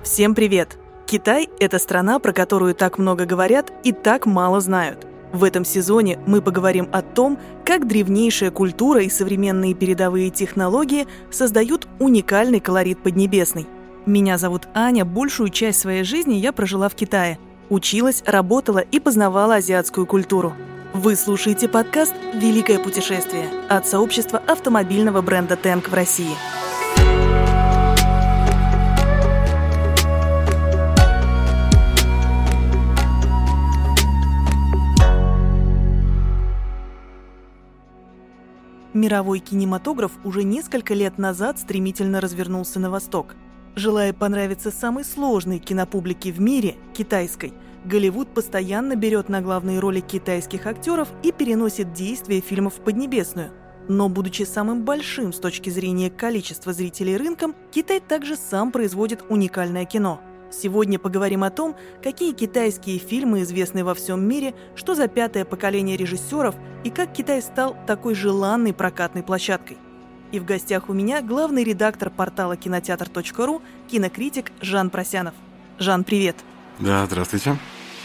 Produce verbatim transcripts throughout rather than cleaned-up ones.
Всем привет! Китай – это страна, про которую так много говорят и так мало знают. В этом сезоне мы поговорим о том, как древнейшая культура и современные передовые технологии создают уникальный колорит Поднебесной. Меня зовут Аня, большую часть своей жизни я прожила в Китае. Училась, работала и познавала азиатскую культуру. Вы слушаете подкаст «Великое путешествие» от сообщества автомобильного бренда Тэнк в России. Мировой кинематограф уже несколько лет назад стремительно развернулся на восток. Желая понравиться самой сложной кинопублике в мире, китайской, Голливуд постоянно берет на главные роли китайских актеров и переносит действие фильмов в Поднебесную. Но, будучи самым большим с точки зрения количества зрителей рынком, Китай также сам производит уникальное кино. Сегодня поговорим о том, какие китайские фильмы известны во всем мире, что за пятое поколение режиссеров и как Китай стал такой желанной прокатной площадкой. И в гостях у меня главный редактор портала кинотеатр точка ру, кинокритик Жан Просянов. Жан, привет! Да, здравствуйте.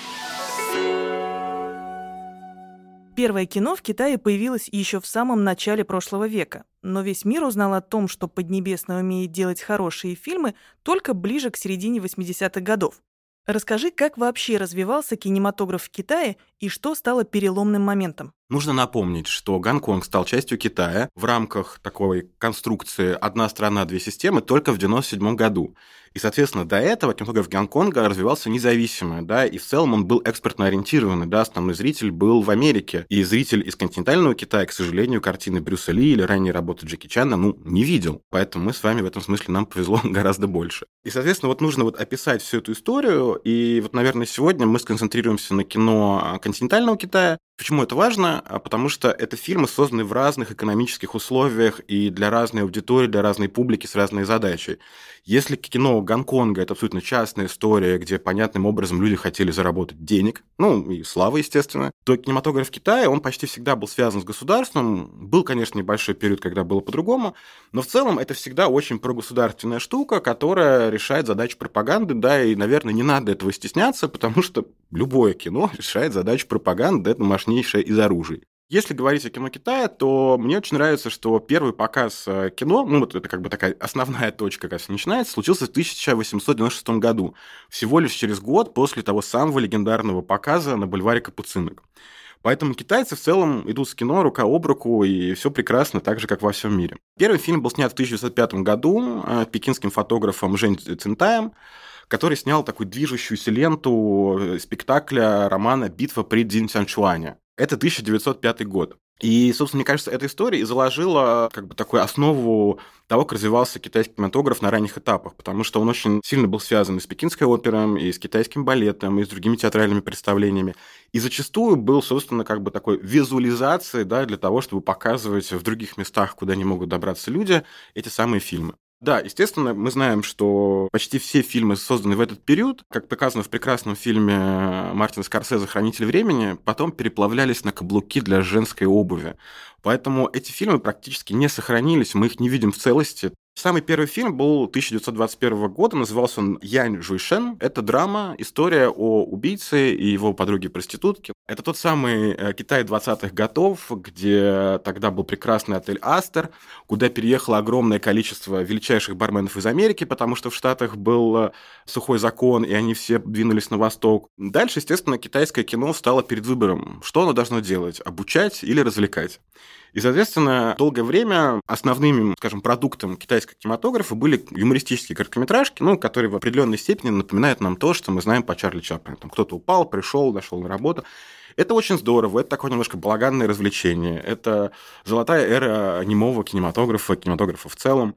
Первое кино в Китае появилось еще в самом начале прошлого века, но весь мир узнал о том, что Поднебесная умеет делать хорошие фильмы, только ближе к середине восьмидесятых годов. Расскажи, как вообще развивался кинематограф в Китае и что стало переломным моментом? Нужно напомнить, что Гонконг стал частью Китая в рамках такой конструкции «одна страна, две системы» только в девяносто седьмом году. И, соответственно, до этого кинематограф Гонконга развивался независимо, да, и в целом он был экспортно ориентированный, да, основной зритель был в Америке. И зритель из континентального Китая, к сожалению, картины Брюса Ли или ранней работы Джеки Чана, ну, не видел. Поэтому мы с вами в этом смысле, нам повезло гораздо больше. И, соответственно, вот нужно вот описать всю эту историю, и вот, наверное, сегодня мы сконцентрируемся на кино континентального Китая. Почему это важно? Потому что это фильмы, созданные в разных экономических условиях и для разной аудитории, для разной публики с разной задачей. Если кино Гонконга – это абсолютно частная история, где понятным образом люди хотели заработать денег, ну и славы, естественно, то кинематограф Китая, он почти всегда был связан с государством. Был, конечно, небольшой период, когда было по-другому, но в целом это всегда очень прогосударственная штука, которая решает задачу пропаганды, да, и, наверное, не надо этого стесняться, потому что любое кино решает задачу пропаганды, это мощнейшее из оружий. Если говорить о кино Китая, то мне очень нравится, что первый показ кино, ну вот это как бы такая основная точка, как все начинается, случился в тысяча восемьсот девяносто шестом году, всего лишь через год после того самого легендарного показа на бульваре Капуцинок. Поэтому китайцы в целом идут с кино рука об руку, и все прекрасно, так же, как во всем мире. Первый фильм был снят в тысяча девятьсот пятом году пекинским фотографом Жень Цинтаем, который снял такую движущуюся ленту спектакля романа «Битва при Дзиньсянчуане». Это тысяча девятьсот пятый год. И, собственно, мне кажется, эта история и заложила как бы такую основу того, как развивался китайский кинематограф на ранних этапах, потому что он очень сильно был связан и с пекинской оперой, и с китайским балетом, и с другими театральными представлениями. И зачастую был, собственно, как бы такой визуализацией, да, для того, чтобы показывать в других местах, куда не могут добраться люди, эти самые фильмы. Да, естественно, мы знаем, что почти все фильмы, созданные в этот период, как показано в прекрасном фильме Мартина Скорсезе «Хранитель времени», потом переплавлялись на каблуки для женской обуви. Поэтому эти фильмы практически не сохранились, мы их не видим в целости. Самый первый фильм был тысяча девятьсот двадцать первого года, назывался он «Янь Жуйшен». Это драма, история о убийце и его подруге-проститутке. Это тот самый Китай двадцатых годов, где тогда был прекрасный отель «Астер», куда переехало огромное количество величайших барменов из Америки, потому что в Штатах был сухой закон, и они все двинулись на восток. Дальше, естественно, китайское кино стало перед выбором, что оно должно делать – обучать или развлекать. И, соответственно, долгое время основным, скажем, продуктом китайского кинематографа были юмористические короткометражки, ну, которые в определенной степени напоминают нам то, что мы знаем по Чарли Чаплину. Там кто-то упал, пришел, дошел на работу. Это очень здорово, это такое немножко балаганное развлечение, это золотая эра немого кинематографа, кинематографа в целом.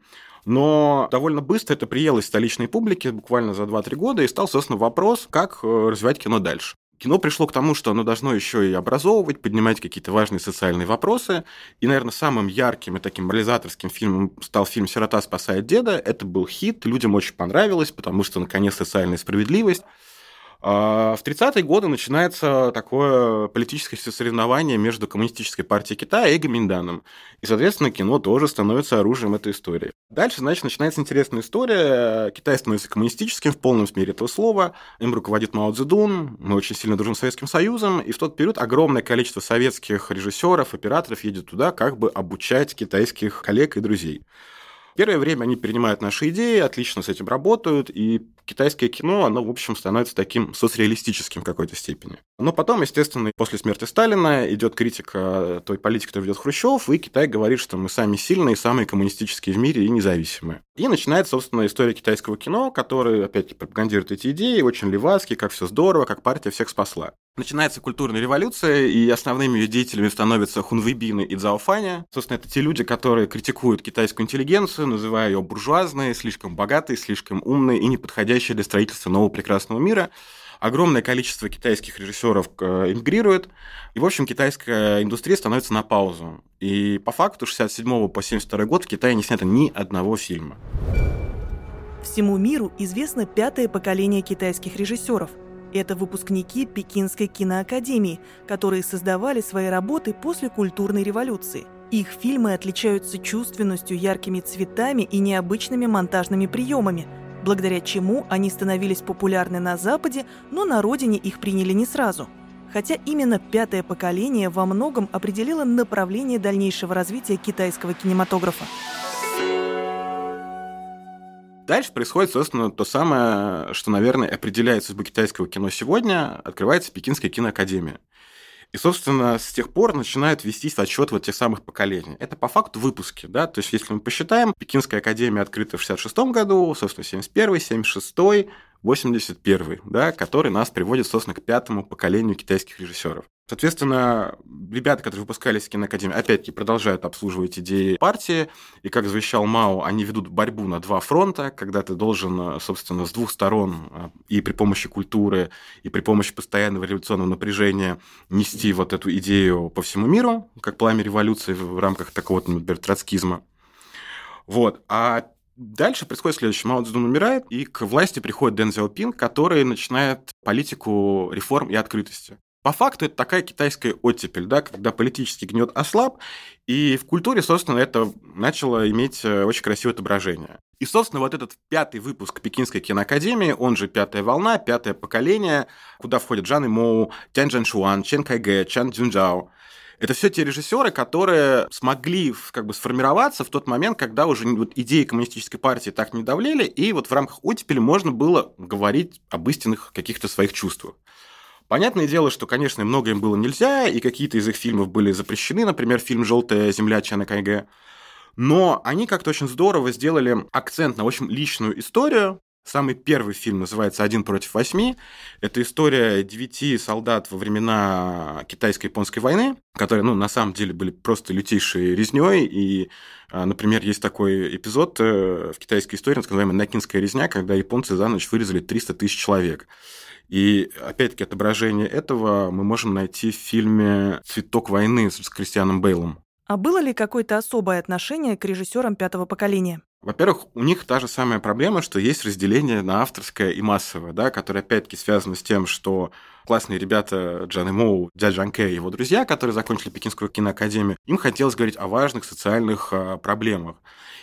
Но довольно быстро это приелось столичной публике, буквально за два-три года, и стал, собственно, вопрос, как развивать кино дальше. Кино пришло к тому, что оно должно еще и образовывать, поднимать какие-то важные социальные вопросы. И, наверное, самым ярким и таким морализаторским фильмом стал фильм «Сирота спасает деда». Это был хит, людям очень понравилось, потому что, наконец, социальная справедливость. В тридцатые годы начинается такое политическое соревнование между Коммунистической партией Китая и Гоминданом. И, соответственно, кино тоже становится оружием этой истории. Дальше, значит, начинается интересная история. Китай становится коммунистическим в полном смысле этого слова. Им руководит Мао Цзэдун. Мы очень сильно дружим с Советским Союзом. И в тот период огромное количество советских режиссеров, операторов едет туда, как бы обучать китайских коллег и друзей. Первое время они перенимают наши идеи, отлично с этим работают, и китайское кино, оно, в общем, становится таким соцреалистическим в какой-то степени. Но потом, естественно, после смерти Сталина идет критика той политики, которую ведет Хрущев, и Китай говорит, что мы сами сильные, самые коммунистические в мире и независимые. И начинается, собственно, история китайского кино, который, опять-таки, пропагандирует эти идеи, очень левацкий, как все здорово, как партия всех спасла. Начинается культурная революция, и основными ее деятелями становятся Хунвейбин и Цзао Фань. Собственно, это те люди, которые критикуют китайскую интеллигенцию, называя ее буржуазной, слишком богатой, слишком умной и неподходящей для строительства нового прекрасного мира. Огромное количество китайских режиссеров эмигрирует, и, в общем, китайская индустрия становится на паузу. И по факту с шестьдесят седьмого по семьдесят второй год в Китае не снято ни одного фильма. Всему миру известно пятое поколение китайских режиссеров. Это выпускники Пекинской киноакадемии, которые создавали свои работы после культурной революции. Их фильмы отличаются чувственностью, яркими цветами и необычными монтажными приемами, благодаря чему они становились популярны на Западе, но на родине их приняли не сразу. Хотя именно пятое поколение во многом определило направление дальнейшего развития китайского кинематографа. Дальше происходит, собственно, то самое, что, наверное, определяет судьбу китайского кино сегодня. Открывается Пекинская киноакадемия. И, собственно, с тех пор начинают вестись отчет вот тех самых поколений. Это по факту выпуски, да, то есть если мы посчитаем, Пекинская академия открыта в шестьдесят шестом году, собственно, семьдесят первый, семьдесят шестой, восемьдесят первый, да, который нас приводит, собственно, к пятому поколению китайских режиссеров. Соответственно, ребята, которые выпускались в киноакадемии, опять-таки продолжают обслуживать идеи партии, и, как завещал Мао, они ведут борьбу на два фронта, когда ты должен, собственно, с двух сторон и при помощи культуры, и при помощи постоянного революционного напряжения нести вот эту идею по всему миру, как пламя революции в рамках такого, например, троцкизма. Вот. А дальше происходит следующее. Мао Цзэдун умирает, и к власти приходит Дэн Цзяопин, который начинает политику реформ и открытости. По факту это такая китайская оттепель, да, когда политический гнет ослаб, и в культуре, собственно, это начало иметь очень красивое отображение. И, собственно, вот этот пятый выпуск Пекинской киноакадемии, он же «Пятая волна», «Пятое поколение», куда входят Жан Имоу, Тянь Чжаншуан, Чен Кайгэ, Чан Цзюньжао. Это все те режиссеры, которые смогли как бы сформироваться в тот момент, когда уже вот идеи коммунистической партии так не давлели, и вот в рамках оттепели можно было говорить об истинных каких-то своих чувствах. Понятное дело, что, конечно, много им было нельзя, и какие-то из их фильмов были запрещены, например, фильм «Желтая земля» Чана Кайгэ. Но они как-то очень здорово сделали акцент на очень личную историю. Самый первый фильм называется «Один против восьми». Это история девяти солдат во времена китайско-японской войны, которые, ну, на самом деле были просто лютейшей резнёй. И, например, есть такой эпизод в китайской истории, так называемая «Накинская резня», когда японцы за ночь вырезали триста тысяч человек. И, опять-таки, отображение этого мы можем найти в фильме «Цветок войны» с Кристианом Бейлом. А было ли какое-то особое отношение к режиссерам пятого поколения? Во-первых, у них та же самая проблема, что есть разделение на авторское и массовое, да, которое, опять-таки, связано с тем, что классные ребята Джан Имоу, Дзя Джанке и его друзья, которые закончили Пекинскую киноакадемию, им хотелось говорить о важных социальных а, проблемах.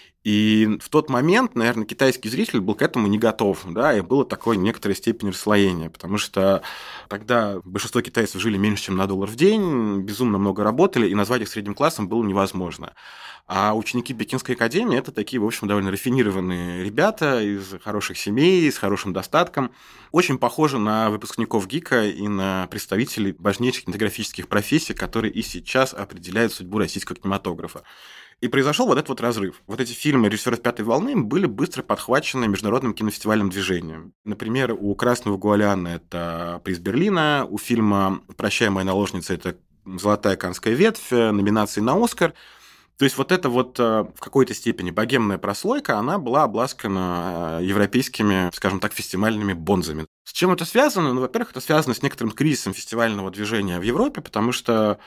И в тот момент, наверное, китайский зритель был к этому не готов, да, и было такое некоторой степени расслоения, потому что тогда большинство китайцев жили меньше, чем на доллар в день, безумно много работали, и назвать их средним классом было невозможно. А ученики Пекинской академии – это такие, в общем, довольно рафинированные ребята из хороших семей, с хорошим достатком, очень похожи на выпускников ГИКа и на представителей важнейших кинематографических профессий, которые и сейчас определяют судьбу российского кинематографа. И произошел вот этот вот разрыв. Вот эти фильмы режиссеров «Пятой волны» были быстро подхвачены международным кинофестивальным движением. Например, у «Красного Гуаляна» это приз Берлина, у фильма «Прощай, моя наложница» это «Золотая каннская ветвь», номинации на «Оскар». То есть вот эта вот в какой-то степени богемная прослойка, она была обласкана европейскими, скажем так, фестивальными бонзами. С чем это связано? Ну, во-первых, это связано с некоторым кризисом фестивального движения в Европе, потому что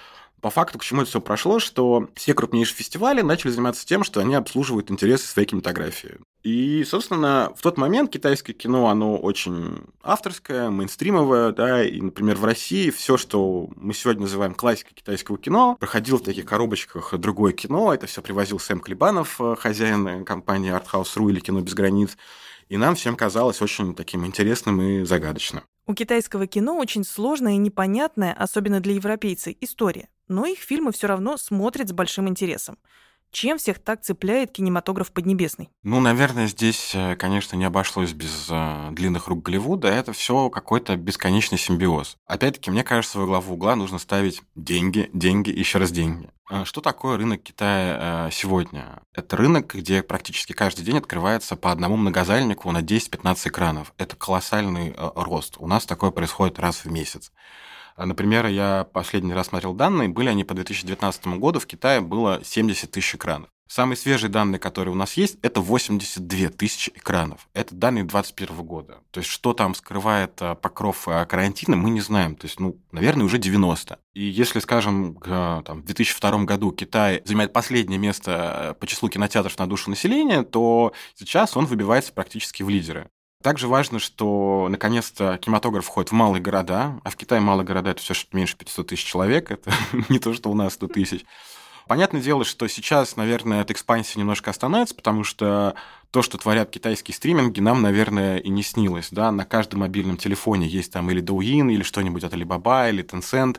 По факту, к чему это все прошло, что все крупнейшие фестивали начали заниматься тем, что они обслуживают интересы своей кинематографии. И, собственно, в тот момент китайское кино, оно очень авторское, мейнстримовое, да, и, например, в России все, что мы сегодня называем классикой китайского кино, проходило в таких коробочках «Другое кино», это все привозил Сэм Клебанов, хозяин компании «Артхаус.ру» или «Кино без границ», и нам всем казалось очень таким интересным и загадочным. У китайского кино очень сложная и непонятная, особенно для европейцев, история, но их фильмы все равно смотрят с большим интересом. Чем всех так цепляет кинематограф Поднебесный? Ну, наверное, здесь, конечно, не обошлось без э, длинных рук Голливуда. Это все какой-то бесконечный симбиоз. Опять-таки, мне кажется, во главу угла нужно ставить деньги, деньги и еще раз деньги. Что такое рынок Китая э, сегодня? Это рынок, где практически каждый день открывается по одному многозальнику на десять-пятнадцать экранов. Это колоссальный э, рост. У нас такое происходит раз в месяц. Например, я последний раз смотрел данные, были они по две тысячи девятнадцатому году, в Китае было семьдесят тысяч экранов. Самые свежие данные, которые у нас есть, это восемьдесят две тысячи экранов. Это данные двадцать первого года. То есть, что там скрывает покров карантина, мы не знаем. То есть, ну, наверное, уже девяносто. И если, скажем, там, в две тысячи втором году Китай занимает последнее место по числу кинотеатров на душу населения, то сейчас он выбивается практически в лидеры. Также важно, что наконец-то кинематограф входит в малые города, а в Китае малые города – это все что меньше пятьсот тысяч человек, это не то, что у нас сто тысяч. Понятное дело, что сейчас, наверное, эта экспансия немножко остановится, потому что то, что творят китайские стриминги, нам, наверное, и не снилось. Да? На каждом мобильном телефоне есть там или Douyin, или что-нибудь от Alibaba, или Tencent,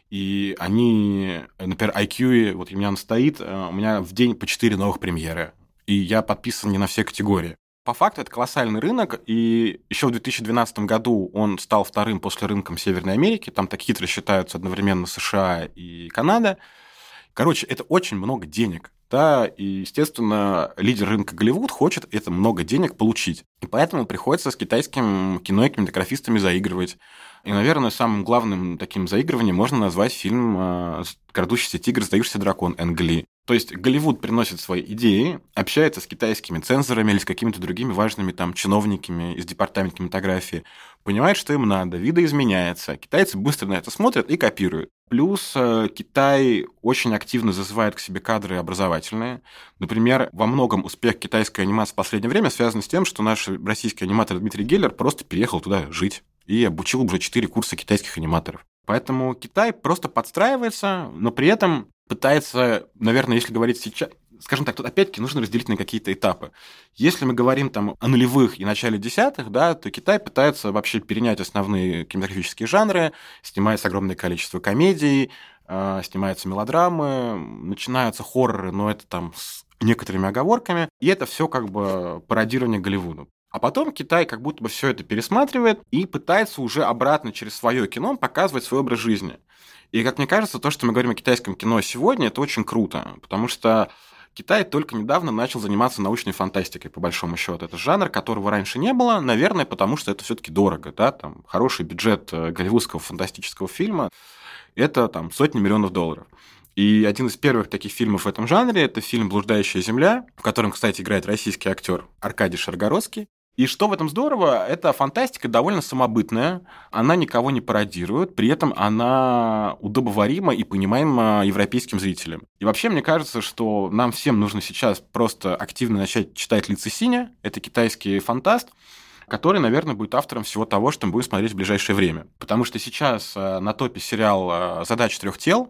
и они, например, ай кью, вот у меня он стоит, у меня в день по четыре новых премьеры, и я подписан не на все категории. По факту это колоссальный рынок, и еще в две тысячи двенадцатом году он стал вторым после рынком Северной Америки, там так хитро считаются одновременно США и Канада. Короче, это очень много денег, да, и, естественно, лидер рынка Голливуд хочет это много денег получить, и поэтому приходится с китайским кино и кинематографистами заигрывать. И, наверное, самым главным таким заигрыванием можно назвать фильм «Крадущийся тигр, сдающийся дракон» Энг Ли. То есть Голливуд приносит свои идеи, общается с китайскими цензорами или с какими-то другими важными там чиновниками из департамента кинематографии, понимает, что им надо, видоизменяется. Китайцы быстро на это смотрят и копируют. Плюс Китай очень активно зазывает к себе кадры образовательные. Например, во многом успех китайской анимации в последнее время связан с тем, что наш российский аниматор Дмитрий Геллер просто переехал туда жить и обучил уже четыре курса китайских аниматоров. Поэтому Китай просто подстраивается, но при этом пытается, наверное, если говорить сейчас, скажем так, тут опять-таки нужно разделить на какие-то этапы. Если мы говорим там о нулевых и начале десятых, да, то Китай пытается вообще перенять основные кинематографические жанры, снимается огромное количество комедий, э, снимаются мелодрамы, начинаются хорроры, но это там с некоторыми оговорками, и это все как бы пародирование Голливуда. А потом Китай как будто бы все это пересматривает и пытается уже обратно через свое кино показывать свой образ жизни. И, как мне кажется, то, что мы говорим о китайском кино сегодня, это очень круто, потому что Китай только недавно начал заниматься научной фантастикой, по большому счету. Это жанр, которого раньше не было, наверное, потому что это все-таки дорого. Да? Там хороший бюджет голливудского фантастического фильма – это там, сотни миллионов долларов. И один из первых таких фильмов в этом жанре – это фильм «Блуждающая земля», в котором, кстати, играет российский актер Аркадий Шаргородский. И что в этом здорово, эта фантастика довольно самобытная, она никого не пародирует, при этом она удобоварима и понимаема европейским зрителям. И вообще, мне кажется, что нам всем нужно сейчас просто активно начать читать Ли Цисиня, это китайский фантаст, который, наверное, будет автором всего того, что мы будем смотреть в ближайшее время. Потому что сейчас на топе сериал «Задача трех тел».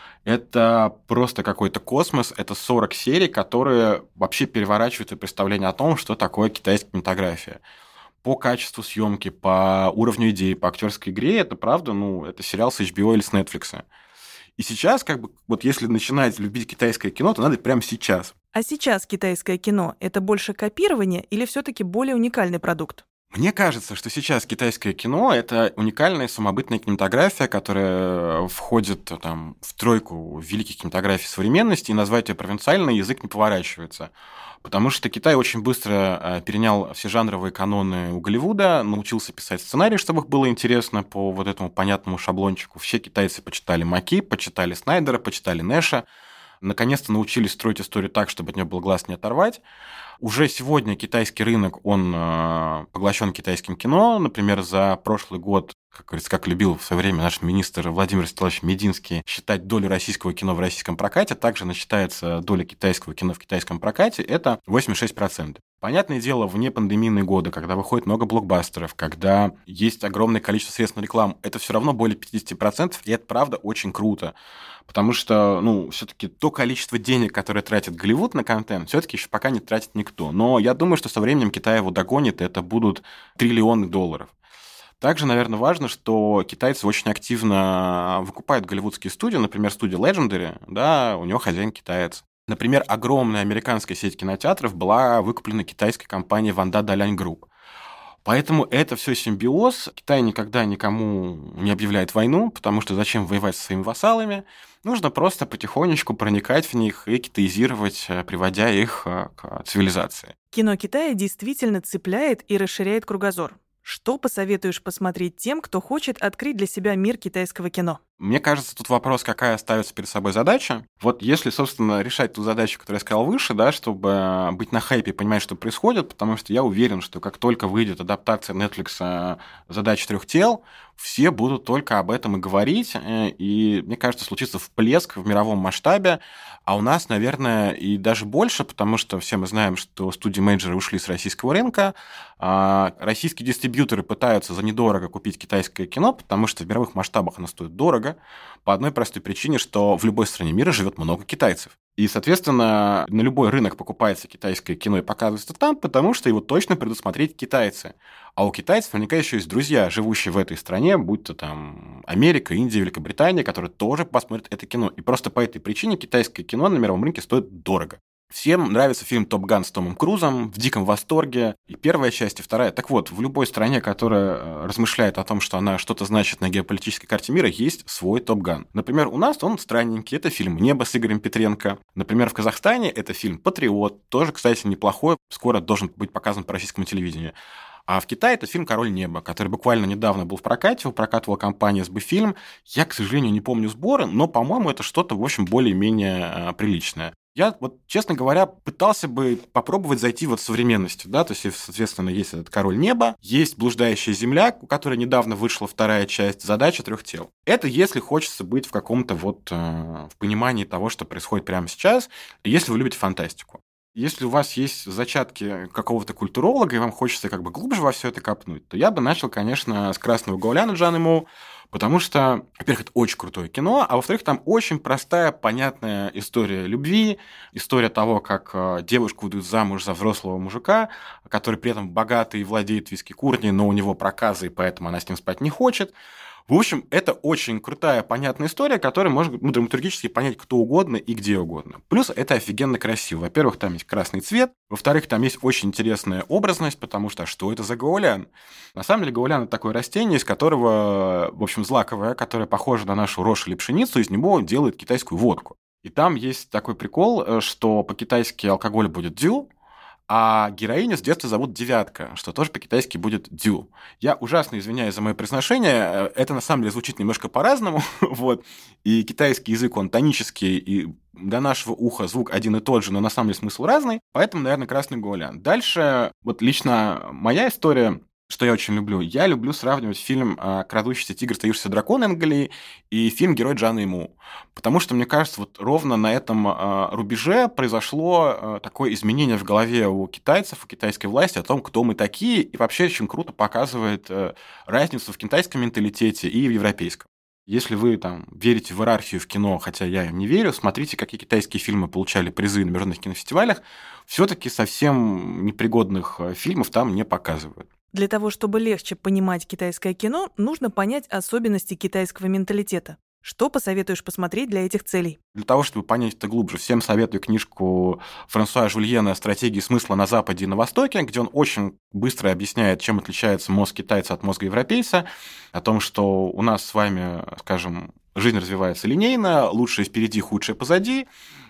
Это просто какой-то космос, это сорок серий, которые вообще переворачивают представление о том, что такое китайская кинематография. По качеству съемки, по уровню идей, по актерской игре, это правда, ну, это сериал с эйч би о или с Netflix. И сейчас, как бы, вот если начинать любить китайское кино, то надо прямо сейчас. А сейчас китайское кино – это больше копирование или все-таки более уникальный продукт? Мне кажется, что сейчас китайское кино – это уникальная самобытная кинематография, которая входит там, в тройку великих кинематографий современности, и назвать ее провинциальной язык не поворачивается. Потому что Китай очень быстро перенял все жанровые каноны у Голливуда, научился писать сценарии, чтобы их было интересно по вот этому понятному шаблончику. Все китайцы почитали Маки, почитали Снайдера, почитали Нэша. Наконец-то научились строить историю так, чтобы от нее был глаз не оторвать. Уже сегодня китайский рынок, он поглощен китайским кино. Например, за прошлый год как говорится, как любил в свое время наш министр Владимир Степанович Мединский считать долю российского кино в российском прокате, также она считается доля китайского кино в китайском прокате, это восемьдесят шесть процентов. Понятное дело, в непандемийные годы, когда выходит много блокбастеров, когда есть огромное количество средств на рекламу, это все равно более пятьдесят процентов, и это, правда, очень круто. Потому что, ну, все-таки то количество денег, которое тратит Голливуд на контент, все-таки еще пока не тратит никто. Но я думаю, что со временем Китай его догонит, и это будут триллионы долларов. Также, наверное, важно, что китайцы очень активно выкупают голливудские студии, например, студия Legendary, да, у него хозяин китаец. Например, огромная американская сеть кинотеатров была выкуплена китайской компанией Ванда Далянь Групп. Поэтому это все симбиоз. Китай никогда никому не объявляет войну, потому что зачем воевать со своими вассалами? Нужно просто потихонечку проникать в них и китаизировать, приводя их к цивилизации. Кино Китая действительно цепляет и расширяет кругозор. Что посоветуешь посмотреть тем, кто хочет открыть для себя мир китайского кино? Мне кажется, тут вопрос, какая ставится перед собой задача. Вот если, собственно, решать ту задачу, которую я сказал выше, да, чтобы быть на хайпе и понимать, что происходит, потому что я уверен, что как только выйдет адаптация Netflix «Задачи трех тел», все будут только об этом и говорить, и, мне кажется, случится всплеск в мировом масштабе, а у нас, наверное, и даже больше, потому что все мы знаем, что студии-менеджеры ушли с российского рынка, а российские дистрибьюторы пытаются за недорого купить китайское кино, потому что в мировых масштабах оно стоит дорого, по одной простой причине, что в любой стране мира живет много китайцев. И, соответственно, на любой рынок покупается китайское кино и показывается там, потому что его точно придут смотреть китайцы. А у китайцев наверняка еще есть друзья, живущие в этой стране, будь то там Америка, Индия, Великобритания, которые тоже посмотрят это кино. И просто по этой причине китайское кино на мировом рынке стоит дорого. Всем нравится фильм «Топ Ган» с Томом Крузом, в диком восторге. И первая часть, и вторая. Так вот, в любой стране, которая размышляет о том, что она что-то значит на геополитической карте мира, есть свой «Топ Ган». Например, у нас он странненький. Это фильм «Небо» с Игорем Петренко. Например, в Казахстане это фильм «Патриот». Тоже, кстати, неплохой. Скоро должен быть показан по российскому телевидению. А в Китае это фильм «Король неба», который буквально недавно был в прокате, его прокатывала компания эс би фильм. Я, к сожалению, не помню сборы, но, по-моему, это что-то, в общем, более-менее приличное. Я, вот, честно говоря, пытался бы попробовать зайти вот в современностью, да, то есть, соответственно, есть этот «Король неба», есть «Блуждающая земля», у которой недавно вышла вторая часть, «Задача трех тел». Это если хочется быть в каком-то вот, э, в понимании того, что происходит прямо сейчас, если вы любите фантастику. Если у вас есть зачатки какого-то культуролога, и вам хочется как бы глубже во все это копнуть, то я бы начал, конечно, с «Красного Гауляна» Джаны Моу, потому что, во-первых, это очень крутое кино, а во-вторых, там очень простая, понятная история любви, история того, как девушку выдают замуж за взрослого мужика, который при этом богатый и владеет виски-курней, но у него проказы, и поэтому она с ним спать не хочет. В общем, это очень крутая, понятная история, которую может ну, драматургически понять кто угодно и где угодно. Плюс это офигенно красиво. Во-первых, там есть красный цвет. Во-вторых, там есть очень интересная образность, потому что что это за гаулян? На самом деле гаулян – это такое растение, из которого, в общем, злаковое, которое похоже на нашу рожь или пшеницу, из него делают китайскую водку. И там есть такой прикол, что по-китайски алкоголь будет дзю, а героиню с детства зовут Девятка, что тоже по-китайски будет Дю. Я ужасно извиняюсь за мое произношение, это на самом деле звучит немножко по-разному, вот. И китайский язык, он тонический, и до нашего уха звук один и тот же, но на самом деле смысл разный, поэтому, наверное, красный гаулян. Дальше, вот лично моя история, что я очень люблю. Я люблю сравнивать фильм «Крадущийся тигр, стаившийся дракон» Энга и фильм «Герой Джаны Му». Потому что, мне кажется, вот ровно на этом рубеже произошло такое изменение в голове у китайцев, у китайской власти о том, кто мы такие, и вообще очень круто показывает разницу в китайском менталитете и в европейском. Если вы там верите в иерархию в кино, хотя я им не верю, смотрите, какие китайские фильмы получали призы на международных кинофестивалях, все-таки совсем непригодных фильмов там не показывают. Для того, чтобы легче понимать китайское кино, нужно понять особенности китайского менталитета. Что посоветуешь посмотреть для этих целей? Для того, чтобы понять это глубже, всем советую книжку Франсуа Жульена «Стратегии смысла на Западе и на Востоке», где он очень быстро объясняет, чем отличается мозг китайца от мозга европейца, о том, что у нас с вами, скажем, жизнь развивается линейно, лучшее впереди, худшее позади.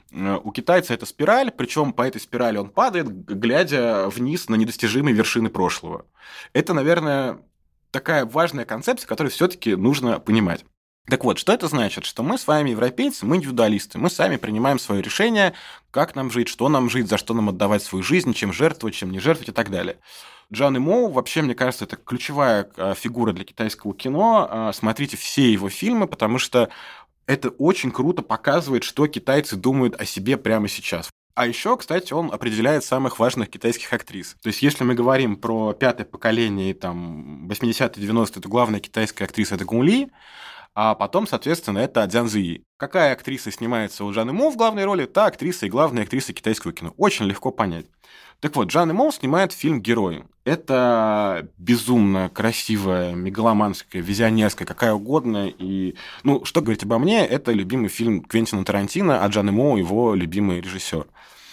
У китайца это спираль, причем по этой спирали он падает, глядя вниз на недостижимые вершины прошлого. Это, наверное, такая важная концепция, которую все-таки нужно понимать. Так вот, что это значит? Что мы с вами, европейцы, мы индивидуалисты, мы сами принимаем свое решение, как нам жить, что нам жить, за что нам отдавать свою жизнь, чем жертвовать, чем не жертвовать и так далее. Джан Имоу, вообще, мне кажется, это ключевая фигура для китайского кино. Смотрите все его фильмы, потому что это очень круто показывает, что китайцы думают о себе прямо сейчас. А еще, кстати, он определяет самых важных китайских актрис. То есть, если мы говорим про пятое поколение, там, восьмидесятые, девяностые, то главная китайская актриса – это Гун Ли, а потом, соответственно, это Цзян Цзиyi. Какая актриса снимается у Джан Имоу в главной роли, та актриса и главная актриса китайского кино. Очень легко понять. Так вот, Джан Имоу снимает фильм «Герой». Это безумно красивая, мегаломанская, визионерская, какая угодно. И, ну, что говорить обо мне, это любимый фильм Квентина Тарантино, а Джан Имоу его любимый режиссер.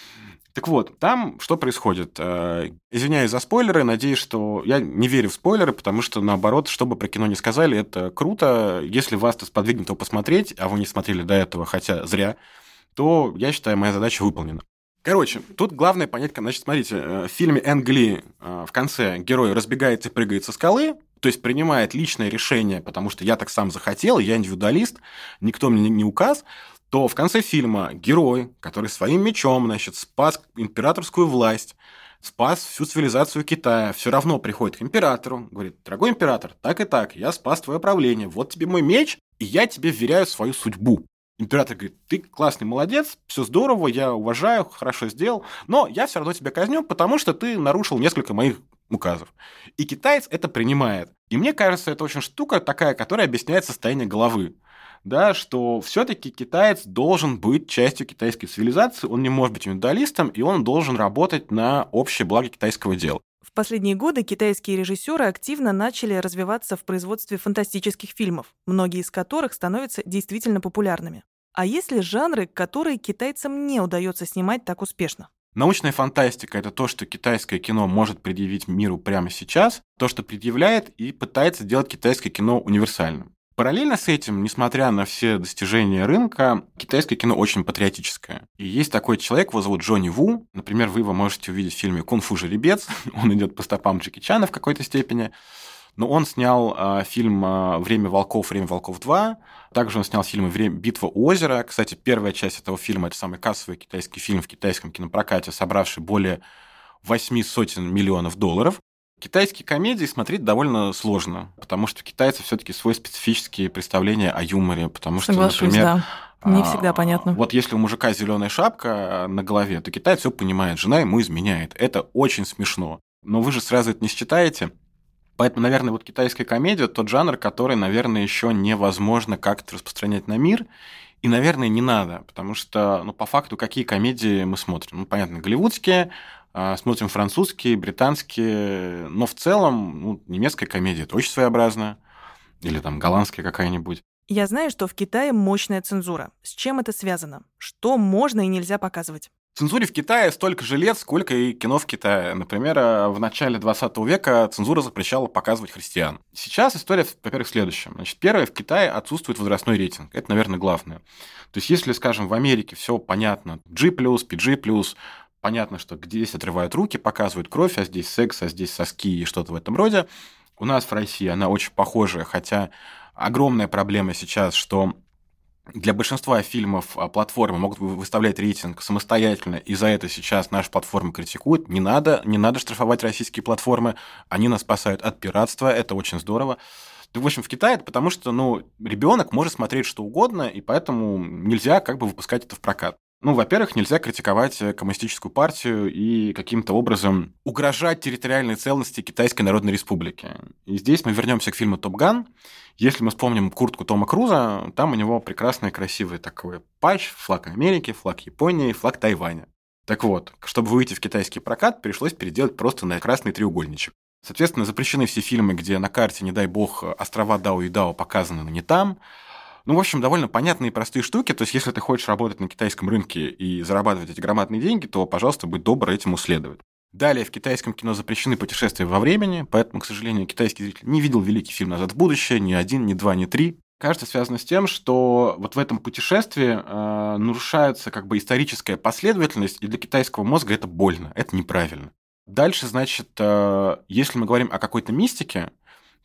Так вот, там что происходит? Извиняюсь за спойлеры, надеюсь, что... Я не верю в спойлеры, потому что, наоборот, что бы про кино ни сказали, это круто. Если вас это сподвигнет его посмотреть, а вы не смотрели до этого, хотя зря, то, я считаю, моя задача выполнена. Короче, тут главное понять, значит, смотрите, в фильме Энг Ли в конце герой разбегается и прыгает со скалы, то есть принимает личное решение, потому что я так сам захотел, я индивидуалист, никто мне не указ, то в конце фильма герой, который своим мечом, значит, спас императорскую власть, спас всю цивилизацию Китая, все равно приходит к императору, говорит: дорогой император, так и так, я спас твое правление, вот тебе мой меч, и я тебе вверяю свою судьбу. Император говорит: ты классный молодец, все здорово, я уважаю, хорошо сделал, но я все равно тебя казню, потому что ты нарушил несколько моих указов. И китаец это принимает. И мне кажется, это очень штука такая, которая объясняет состояние головы. Да, что все-таки китаец должен быть частью китайской цивилизации, он не может быть индивидуалистом, и он должен работать на общее благо китайского дела. В последние годы китайские режиссеры активно начали развиваться в производстве фантастических фильмов, многие из которых становятся действительно популярными. А есть ли жанры, которые китайцам не удается снимать так успешно? Научная фантастика – это то, что китайское кино может предъявить миру прямо сейчас, то, что предъявляет и пытается делать китайское кино универсальным. Параллельно с этим, несмотря на все достижения рынка, китайское кино очень патриотическое. И есть такой человек, его зовут Джонни Ву. Например, вы его можете увидеть в фильме «Кунг-фу жеребец». Он идет по стопам Джеки Чана в какой-то степени. Но он снял э, фильм «Время волков», «Время волков два». Также он снял фильм «Время... «Битва у озера». Кстати, первая часть этого фильма – это самый кассовый китайский фильм в китайском кинопрокате, собравший более восьми сотен миллионов долларов. Китайские комедии смотреть довольно сложно, потому что китайцы все-таки свои специфические представления о юморе, потому что, Соглашусь, например, да. Не всегда понятно. Вот если у мужика зеленая шапка на голове, то китаец все понимает, жена ему изменяет. Это очень смешно. Но вы же сразу это не считаете. Поэтому, наверное, вот китайская комедия тот жанр, который, наверное, еще невозможно как-то распространять на мир. И, наверное, не надо, потому что, ну, по факту, какие комедии мы смотрим? Ну, понятно, голливудские, смотрим французские, британские, но в целом, ну, немецкая комедия – это очень своеобразно, или там голландская какая-нибудь. Я знаю, что в Китае мощная цензура. С чем это связано? Что можно и нельзя показывать? Цензуре в Китае столько же лет, сколько и кино в Китае. Например, в начале двадцатого века цензура запрещала показывать христиан. Сейчас история, во-первых, в следующем. Значит, первое, в Китае отсутствует возрастной рейтинг. Это, наверное, главное. То есть, если, скажем, в Америке все понятно, джи плюс, пи джи плюс, понятно, что здесь отрывают руки, показывают кровь, а здесь секс, а здесь соски и что-то в этом роде. У нас в России она очень похожая, хотя огромная проблема сейчас, что для большинства фильмов платформы могут выставлять рейтинг самостоятельно, и за это сейчас наши платформы критикуют. Не надо, не надо штрафовать российские платформы, они нас спасают от пиратства, это очень здорово. В общем, в Китае это потому что, ну, ребенок может смотреть что угодно, и поэтому нельзя как бы выпускать это в прокат. Ну, во-первых, нельзя критиковать коммунистическую партию и каким-то образом угрожать территориальной целостности Китайской Народной Республики. И здесь мы вернемся к фильму «Топ Ган». Если мы вспомним куртку Тома Круза, там у него прекрасный, красивый такой патч, флаг Америки, флаг Японии, флаг Тайваня. Так вот, чтобы выйти в китайский прокат, пришлось переделать просто на красный треугольничек. Соответственно, запрещены все фильмы, где на карте, не дай бог, острова Дао и Дао показаны, но не там. Ну, в общем, довольно понятные и простые штуки. То есть, если ты хочешь работать на китайском рынке и зарабатывать эти громадные деньги, то, пожалуйста, будь добр этим следовать. Далее, в китайском кино запрещены путешествия во времени, поэтому, к сожалению, китайский зритель не видел великий фильм «Назад в будущее», ни один, ни два, ни три. Кажется, связано с тем, что вот в этом путешествии э, нарушается как бы историческая последовательность, и для китайского мозга это больно, это неправильно. Дальше, значит, э, если мы говорим о какой-то мистике,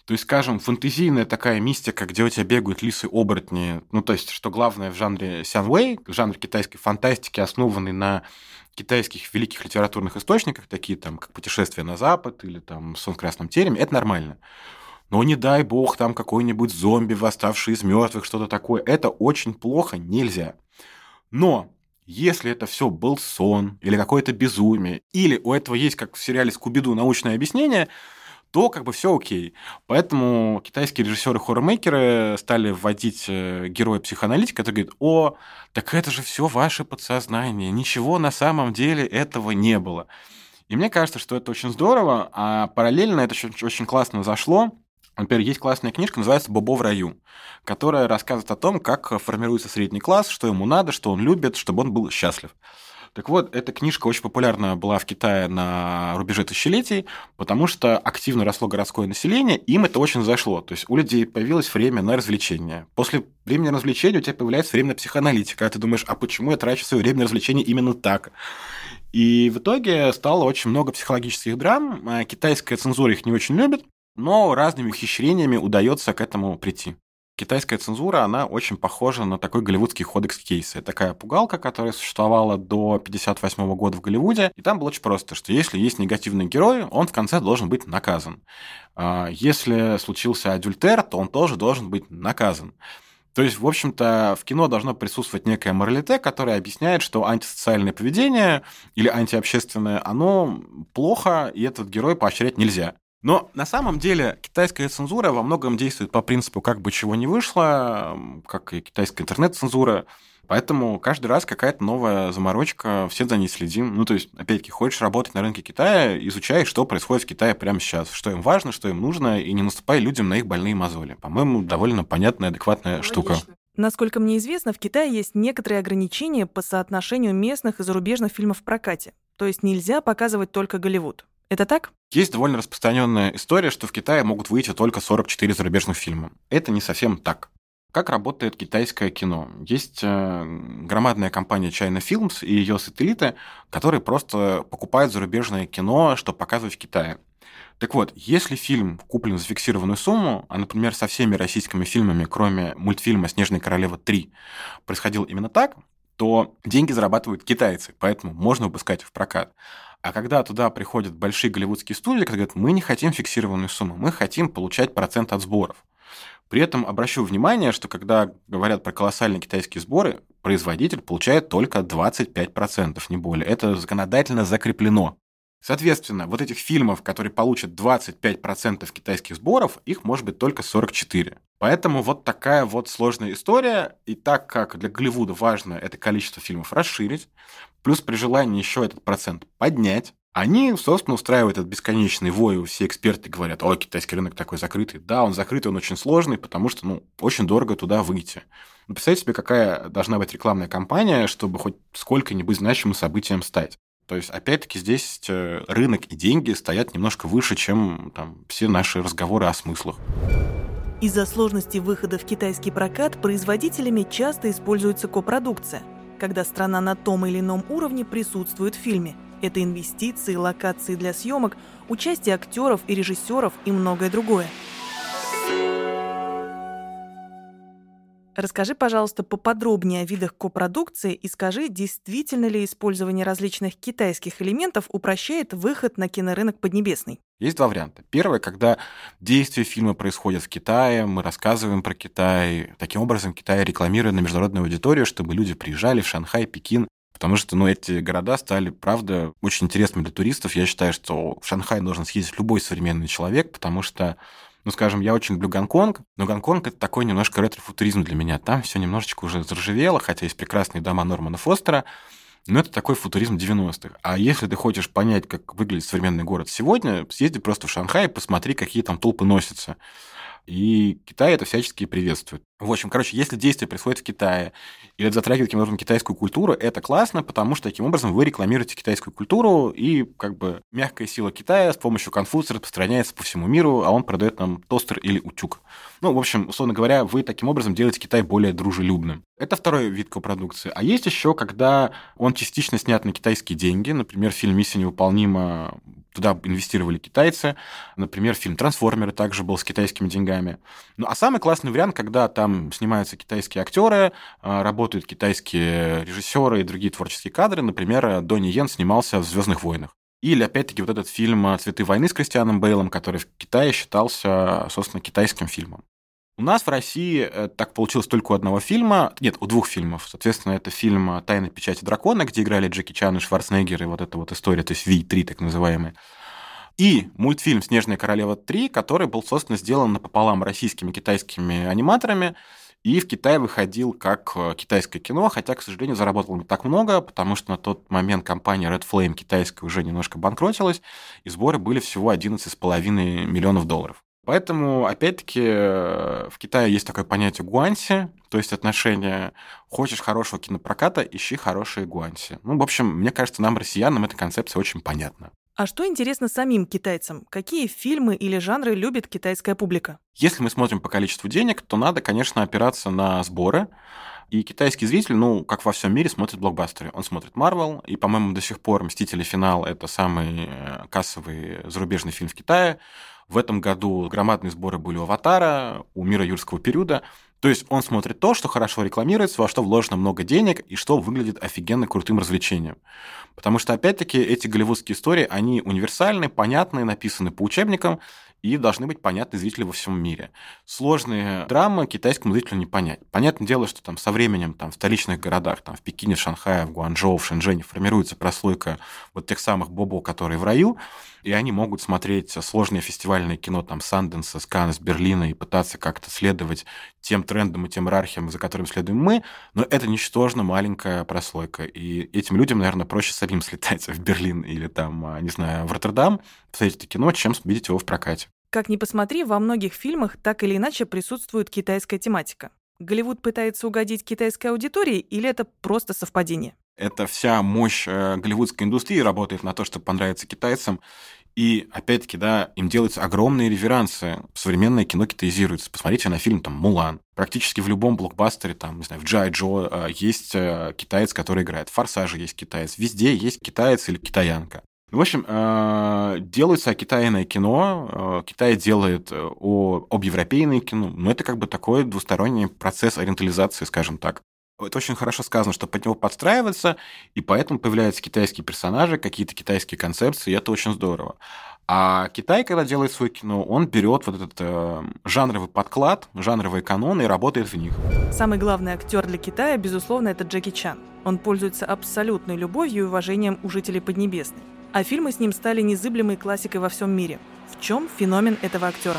То есть, скажем, фэнтезийная такая мистика, где у тебя бегают лисы-оборотни, ну, то есть, что главное в жанре сянвэй, в жанре китайской фантастики, основанный на китайских великих литературных источниках, такие там, как «Путешествие на Запад» или там «Сон в красном тереме», это нормально. Но не дай бог там какой-нибудь зомби, восставший из мертвых, что-то такое. Это очень плохо, нельзя. Но если это все был сон или какое-то безумие, или у этого есть, как в сериале «Скуби-Ду», научное объяснение, то как бы все окей. Поэтому китайские режиссеры-хоррор-мейкеры стали вводить героя-психоаналитика, который говорит: о, так это же все ваше подсознание, ничего на самом деле этого не было. И мне кажется, что это очень здорово, а параллельно это очень, очень классно зашло. Например, есть классная книжка, называется «Бобо в раю», которая рассказывает о том, как формируется средний класс, что ему надо, что он любит, чтобы он был счастлив. Так вот, эта книжка очень популярна была в Китае на рубеже тысячелетий, потому что активно росло городское население, им это очень зашло. То есть у людей появилось время на развлечения. После времени на развлечения у тебя появляется время на психоаналитику, а ты думаешь, а почему я трачу свое время на развлечения именно так? И в итоге стало очень много психологических драм. Китайская цензура их не очень любит, но разными ухищрениями удается к этому прийти. Китайская цензура, она очень похожа на такой голливудский кодекс Кейса. Такая пугалка, которая существовала до пятьдесят восьмого года в Голливуде. И там было очень просто, что если есть негативный герой, он в конце должен быть наказан. Если случился адюльтер, то он тоже должен быть наказан. То есть, в общем-то, в кино должно присутствовать некое моралите, которое объясняет, что антисоциальное поведение или антиобщественное, оно плохо, и этот герой поощрять нельзя. Но на самом деле китайская цензура во многом действует по принципу «как бы чего ни вышло», как и китайская интернет-цензура. Поэтому каждый раз какая-то новая заморочка, все за ней следим. Ну, то есть, опять-таки, хочешь работать на рынке Китая, изучай, что происходит в Китае прямо сейчас, что им важно, что им нужно, и не наступай людям на их больные мозоли. По-моему, довольно понятная, адекватная Логично. штука. Насколько мне известно, в Китае есть некоторые ограничения по соотношению местных и зарубежных фильмов в прокате. То есть нельзя показывать только Голливуд. Это так? Есть довольно распространенная история, что в Китае могут выйти только сорок четыре зарубежных фильма. Это не совсем так. Как работает китайское кино? Есть громадная компания China Films и ее сателлиты, которые просто покупают зарубежное кино, чтобы показывать в Китае. Так вот, если фильм куплен за фиксированную сумму, а, например, со всеми российскими фильмами, кроме мультфильма «Снежная королева три», происходило именно так, то деньги зарабатывают китайцы, поэтому можно выпускать в прокат. А когда туда приходят большие голливудские студии, которые говорят: мы не хотим фиксированную сумму, мы хотим получать процент от сборов. При этом обращу внимание, что когда говорят про колоссальные китайские сборы, производитель получает только двадцать пять процентов, не более. Это законодательно закреплено. Соответственно, вот этих фильмов, которые получат двадцать пять процентов китайских сборов, их может быть только сорок четыре. Поэтому вот такая вот сложная история. И так как для Голливуда важно это количество фильмов расширить, плюс при желании еще этот процент поднять, они, собственно, устраивают этот бесконечный вой, все эксперты говорят: о, китайский рынок такой закрытый. Да, он закрытый, он очень сложный, потому что, ну, очень дорого туда выйти. Ну, представьте себе, какая должна быть рекламная кампания, чтобы хоть сколько-нибудь значимым событием стать. То есть, опять-таки, здесь рынок и деньги стоят немножко выше, чем там все наши разговоры о смыслах. Из-за сложности выхода в китайский прокат производителями часто используется копродукция, когда страна на том или ином уровне присутствует в фильме. Это инвестиции, локации для съемок, участие актеров и режиссеров и многое другое. Расскажи, пожалуйста, поподробнее о видах копродукции и скажи, действительно ли использование различных китайских элементов упрощает выход на кинорынок поднебесный? Есть два варианта. Первый, когда действие фильма происходит в Китае, мы рассказываем про Китай. Таким образом, Китай рекламирует на международную аудиторию, чтобы люди приезжали в Шанхай, Пекин, потому что, ну, эти города стали, правда, очень интересными для туристов. Я считаю, что в Шанхай должен съездить любой современный человек, потому что, ну, скажем, я очень люблю Гонконг, но Гонконг — это такой немножко ретро-футуризм для меня. Там все немножечко уже заржавело, хотя есть прекрасные дома Нормана Фостера, но это такой футуризм девяностых. А если ты хочешь понять, как выглядит современный город сегодня, съезди просто в Шанхай и посмотри, какие там толпы носятся. И Китай это всячески приветствует. В общем, короче, если действие происходит в Китае или это затрагивает каким-то образом китайскую культуру, это классно, потому что таким образом вы рекламируете китайскую культуру, и как бы мягкая сила Китая с помощью Конфуция распространяется по всему миру, а он продает нам тостер или утюг. Ну, в общем, условно говоря, вы таким образом делаете Китай более дружелюбным. Это второй вид копродукции. А есть еще, когда он частично снят на китайские деньги. Например, фильм «Миссия невыполнима», туда инвестировали китайцы. Например, фильм «Трансформеры» также был с китайскими деньгами. Ну, а самый классный вариант, когда там снимаются китайские актеры, работают китайские режиссеры и другие творческие кадры. Например, Донни Йен снимался в «Звездных войнах». Или, опять-таки, вот этот фильм «Цветы войны» с Кристианом Бейлом, который в Китае считался, собственно, китайским фильмом. У нас в России так получилось только у одного фильма, нет, у двух фильмов. Соответственно, это фильм «Тайна печати дракона», где играли Джеки Чан и Шварценеггер, и вот эта вот история, то есть Ви три, так называемый. И мультфильм «Снежная королева три», который был, собственно, сделан напополам российскими и китайскими аниматорами, и в Китае выходил как китайское кино, хотя, к сожалению, заработал не так много, потому что на тот момент компания Red Flame китайская уже немножко банкротилась, и сборы были всего одиннадцать с половиной миллионов долларов. Поэтому, опять-таки, в Китае есть такое понятие гуанси, то есть отношение «хочешь хорошего кинопроката, ищи хорошие гуанси». Ну, в общем, мне кажется, нам, россиянам, эта концепция очень понятна. А что интересно самим китайцам? Какие фильмы или жанры любит китайская публика? Если мы смотрим по количеству денег, то надо, конечно, опираться на сборы. И китайский зритель, ну, как во всем мире, смотрит блокбастеры. Он смотрит Марвел, и, по-моему, до сих пор «Мстители. Финал» — это самый кассовый зарубежный фильм в Китае. В этом году громадные сборы были у «Аватара», у «Мира юрского периода». То есть он смотрит то, что хорошо рекламируется, во что вложено много денег и что выглядит офигенно крутым развлечением. Потому что, опять-таки, эти голливудские истории, они универсальны, понятны, написаны по учебникам и должны быть понятны зрителю во всем мире. Сложные драмы китайскому зрителю не понять. Понятное дело, что там со временем там, в столичных городах, там, в Пекине, в Шанхае, в Гуанчжоу, в Шэньчжэне формируется прослойка вот тех самых бобо, которые в раю, и они могут смотреть сложное фестивальное кино там Санденса, с Канна, с Берлина и пытаться как-то следовать тем трендам и тем иерархиям, за которыми следуем мы, но это ничтожно маленькая прослойка. И этим людям, наверное, проще самим слетать в Берлин или там, не знаю, в Роттердам, посмотреть это кино, чем видеть его в прокате. Как ни посмотри, во многих фильмах так или иначе присутствует китайская тематика. Голливуд пытается угодить китайской аудитории или это просто совпадение? Это вся мощь голливудской индустрии работает на то, чтобы понравиться китайцам. И, опять-таки, да, им делаются огромные реверансы. Современное кино китаизируется. Посмотрите на фильм там «Мулан». Практически в любом блокбастере, там, не знаю, в «Джай Джо» есть китаец, который играет. В «Форсаже» есть китаец. Везде есть китаец или китаянка. В общем, делается окитаянное кино, Китай делает объевропейное кино, но это как бы такой двусторонний процесс ориентализации, скажем так. Это очень хорошо сказано, что под него подстраиваться, и поэтому появляются китайские персонажи, какие-то китайские концепции, и это очень здорово. А Китай, когда делает свое кино, он берет вот этот э, жанровый подклад, жанровые каноны и работает в них. Самый главный актер для Китая, безусловно, это Джеки Чан. Он пользуется абсолютной любовью и уважением у жителей Поднебесной. А фильмы с ним стали незыблемой классикой во всем мире. В чем феномен этого актера?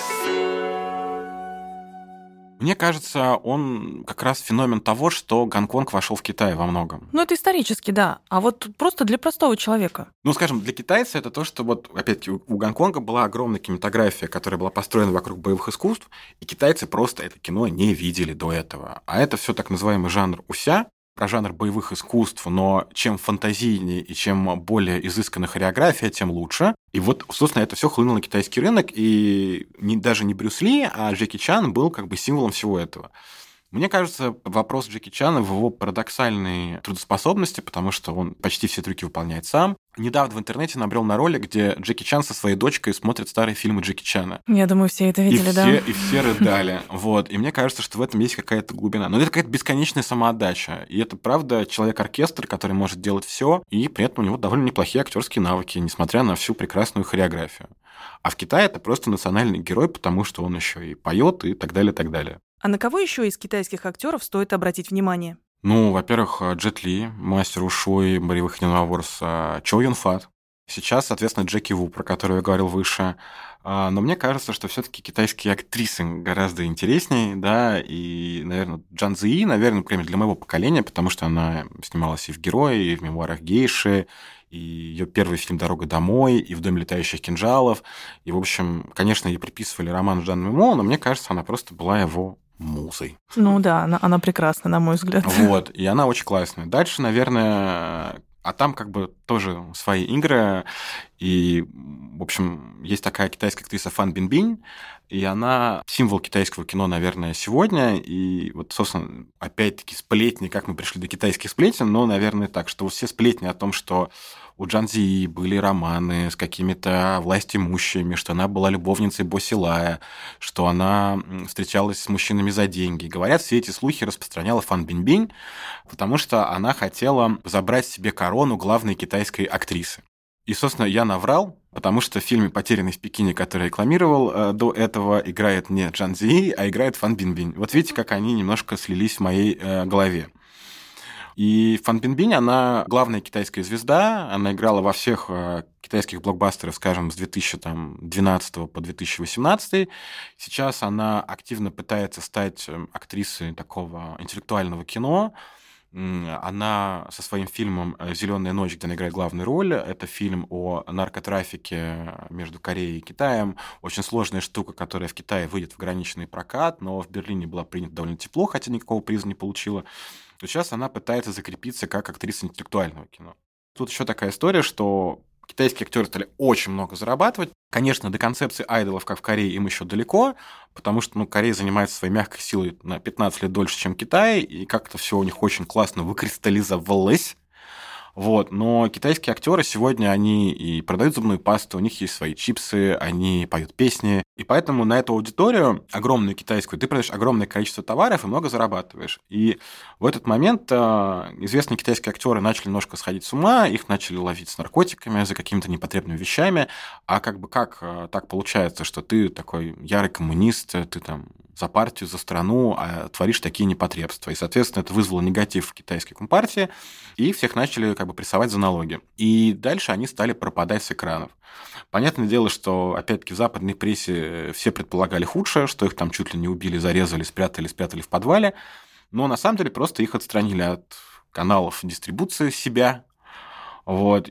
Мне кажется, он как раз феномен того, что Гонконг вошел в Китай во многом. Ну, это исторически, да. А вот просто для простого человека. Ну, скажем, для китайца это то, что вот, опять-таки, у Гонконга была огромная кинематография, которая была построена вокруг боевых искусств, и китайцы просто это кино не видели до этого. А это все так называемый жанр уся, про жанр боевых искусств, но чем фантазийнее и чем более изысканная хореография, тем лучше. И вот, собственно, это все хлынуло на китайский рынок, и не, даже не Брюс Ли, а Джеки Чан был как бы символом всего этого. Мне кажется, вопрос Джеки Чана в его парадоксальной трудоспособности, потому что он почти все трюки выполняет сам. Недавно в интернете набрел на ролик, где Джеки Чан со своей дочкой смотрит старые фильмы Джеки Чана. Я думаю, все это видели, и да? Все, и все рыдали. Вот. И мне кажется, что в этом есть какая-то глубина. Но это какая-то бесконечная самоотдача. И это, правда, человек-оркестр, который может делать все, и при этом у него довольно неплохие актерские навыки, несмотря на всю прекрасную хореографию. А в Китае это просто национальный герой, потому что он еще и поет, и так далее, и так далее. А на кого еще из китайских актеров стоит обратить внимание? Ну, во-первых, Джет Ли, мастер ушу и боевых единоборств, Чо Юн Фат. Сейчас, соответственно, Джеки Ву, про которую я говорил выше. Но мне кажется, что все-таки китайские актрисы гораздо интереснее, да, и, наверное, Джан Цзи, наверное, например, для моего поколения, потому что она снималась и в «Герое», и в «Мемуарах гейши», и ее первый фильм «Дорога домой», и в «Доме летающих кинжалов». И, в общем, конечно, ей приписывали роман с Жаном Мо, но мне кажется, она просто была его музой. Ну да, она, она прекрасна, на мой взгляд. Вот, и она очень классная. Дальше, наверное, а там как бы тоже свои игры, и, в общем, есть такая китайская актриса Фан Бинбинь, и она символ китайского кино, наверное, сегодня, и вот, собственно, опять-таки сплетни, как мы пришли до китайских сплетен, но, наверное, так, что все сплетни о том, что у Джан Цзии были романы с какими-то властимущими, что она была любовницей Бо Силая, что она встречалась с мужчинами за деньги. Говорят, все эти слухи распространяла Фан Биньбинь, потому что она хотела забрать себе корону главной китайской актрисы. И, собственно, я наврал, потому что в фильме «Потерянный в Пекине», который я рекламировал э, до этого, играет не Джан Цзии, а играет Фан Биньбинь. Вот видите, как они немножко слились в моей э, голове. И Фан Биньбинь, она главная китайская звезда, она играла во всех китайских блокбастерах, скажем, с две тысячи двенадцатого по две тысячи восемнадцатый. Сейчас она активно пытается стать актрисой такого интеллектуального кино. Она со своим фильмом «Зеленая ночь», где она играет главную роль, это фильм о наркотрафике между Кореей и Китаем. Очень сложная штука, которая в Китае выйдет в ограниченный прокат, но в Берлине была принята довольно тепло, хотя никакого приза не получила. То сейчас она пытается закрепиться как актриса интеллектуального кино. Тут еще такая история, что китайские актеры стали очень много зарабатывать. Конечно, до концепции айдолов, как в Корее, им еще далеко, потому что ну, Корея занимается своей мягкой силой на пятнадцать лет дольше, чем Китай, и как-то все у них очень классно выкристаллизовалось. Вот. Но китайские актеры сегодня, они и продают зубную пасту, у них есть свои чипсы, они поют песни. И поэтому на эту аудиторию, огромную китайскую, ты продаешь огромное количество товаров и много зарабатываешь. И в этот момент известные китайские актеры начали немножко сходить с ума, их начали ловить с наркотиками, за какими-то непотребными вещами. А как бы как так получается, что ты такой ярый коммунист, ты там за партию, за страну, а творишь такие непотребства. И, соответственно, это вызвало негатив в китайской компартии, и всех начали как бы прессовать за налоги. И дальше они стали пропадать с экранов. Понятное дело, что, опять-таки, в западной прессе все предполагали худшее, что их там чуть ли не убили, зарезали, спрятали, спрятали в подвале. Но на самом деле просто их отстранили от каналов дистрибуции себя. Вот.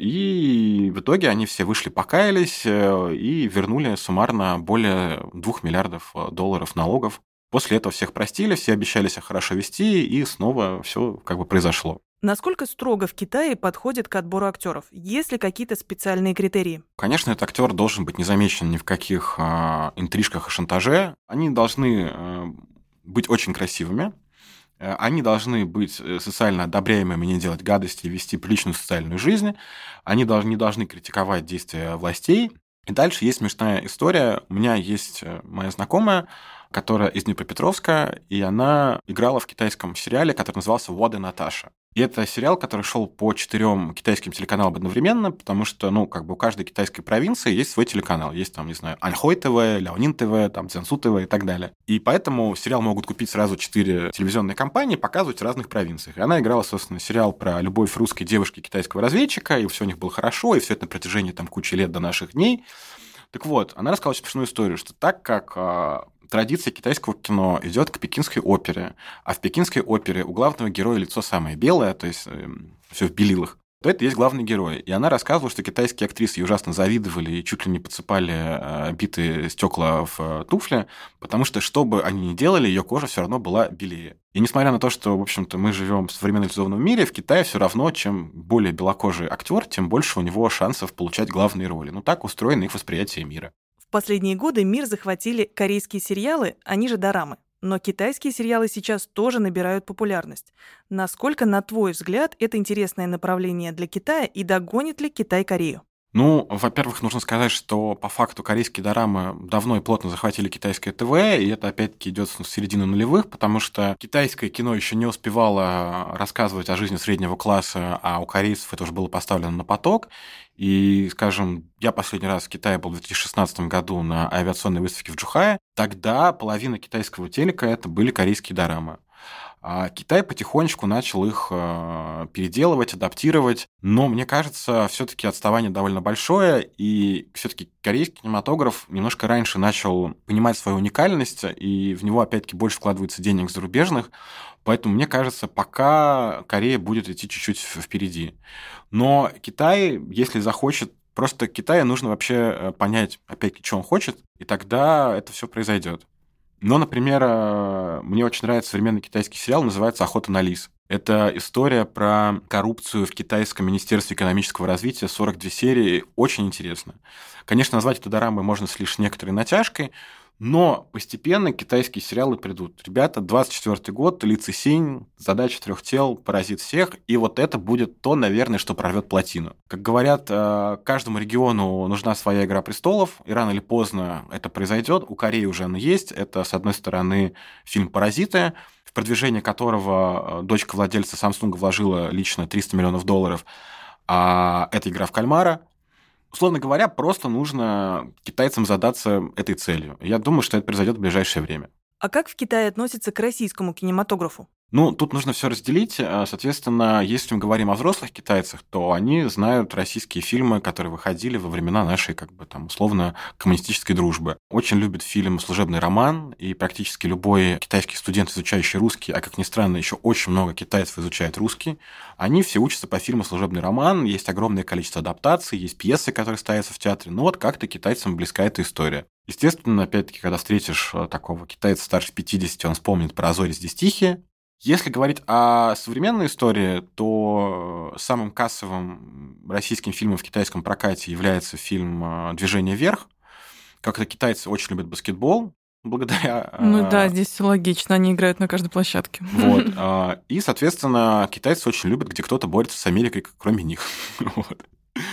И в итоге они все вышли, покаялись и вернули суммарно более двух миллиардов долларов налогов. После этого всех простили, все обещали себя хорошо вести, и снова все как бы произошло. Насколько строго в Китае подходит к отбору актеров? Есть ли какие-то специальные критерии? Конечно, этот актер должен быть не замечен ни в каких а, интрижках и шантаже. Они должны а, быть очень красивыми. Они должны быть социально одобряемыми, не делать гадости, вести приличную социальную жизнь. Они должны, не должны критиковать действия властей. И дальше есть смешная история. У меня есть моя знакомая, которая из Днепропетровска, и она играла в китайском сериале, который назывался «Воды Наташа». И это сериал, который шел по четырем китайским телеканалам одновременно, потому что, ну, как бы у каждой китайской провинции есть свой телеканал. Есть там, не знаю, Аньхой ТВ, Ляонин ТВ, там Цзянсу ТВ и так далее. И поэтому сериал могут купить сразу четыре телевизионные компании, показывать в разных провинциях. И она играла, собственно, сериал про любовь русской девушки китайского разведчика, и все у них было хорошо, и все это на протяжении там кучи лет до наших дней. Так вот, она рассказала очень смешную историю, что так как традиция китайского кино идет к пекинской опере, а в пекинской опере у главного героя лицо самое белое, то есть э, все в белилах, то это и есть главный герой. И она рассказывала, что китайские актрисы ей ужасно завидовали и чуть ли не подсыпали э, битые стекла в э, туфли, потому что, что бы они ни делали, ее кожа все равно была белее. И несмотря на то, что, в общем-то, мы живем в современном цивилизованном мире, в Китае все равно, чем более белокожий актер, тем больше у него шансов получать главные роли. Ну, так устроено их восприятие мира. В последние годы мир захватили корейские сериалы, они же дорамы. Но китайские сериалы сейчас тоже набирают популярность. Насколько, на твой взгляд, это интересное направление для Китая и догонит ли Китай Корею? Ну, во-первых, нужно сказать, что по факту корейские дорамы давно и плотно захватили китайское ТВ, и это опять-таки идет с середины нулевых, потому что китайское кино еще не успевало рассказывать о жизни среднего класса, а у корейцев это уже было поставлено на поток. И, скажем, я последний раз в Китае был в две тысячи шестнадцатом году на авиационной выставке в Джухае. Тогда половина китайского телека это были корейские дорамы. А Китай потихонечку начал их переделывать, адаптировать, но, мне кажется, все-таки отставание довольно большое, и все-таки корейский кинематограф немножко раньше начал понимать свою уникальность, и в него, опять-таки, больше вкладывается денег зарубежных, поэтому, мне кажется, пока Корея будет идти чуть-чуть впереди. Но Китай, если захочет, просто Китаю нужно вообще понять, опять-таки, что он хочет, и тогда это все произойдет. Но, например, мне очень нравится современный китайский сериал, называется «Охота на лис». Это история про коррупцию в китайском министерстве экономического развития, сорок две серии, очень интересно. Конечно, назвать это дорамой можно с лишь некоторой натяжкой, но постепенно китайские сериалы придут. Ребята, двадцать четвёртый год, Ли Цисинь, задача трех тел, поразит всех, и вот это будет то, наверное, что прорвет плотину. Как говорят, каждому региону нужна своя «Игра престолов», и рано или поздно это произойдет. У Кореи уже она есть. Это, с одной стороны, фильм «Паразиты», в продвижение которого дочка владельца Samsung вложила лично триста миллионов долларов, а это «Игра в кальмара». Условно говоря, просто нужно китайцам задаться этой целью. Я думаю, что это произойдет в ближайшее время. А как в Китае относятся к российскому кинематографу? Ну, тут нужно все разделить. Соответственно, если мы говорим о взрослых китайцах, то они знают российские фильмы, которые выходили во времена нашей, как бы там, условно, коммунистической дружбы. Очень любят фильм «Служебный роман», и практически любой китайский студент, изучающий русский, а, как ни странно, еще очень много китайцев изучают русский, они все учатся по фильму «Служебный роман», есть огромное количество адаптаций, есть пьесы, которые ставятся в театре, но вот как-то китайцам близка эта история. Естественно, опять-таки, когда встретишь такого китайца старше пятидесяти, он вспомнит про «А зори здесь тихие». Если говорить о современной истории, то самым кассовым российским фильмом в китайском прокате является фильм «Движение вверх». Как-то китайцы очень любят баскетбол, благодаря... Ну да, здесь все логично, они играют на каждой площадке. Вот. И, соответственно, китайцы очень любят, где кто-то борется с Америкой, кроме них. Вот.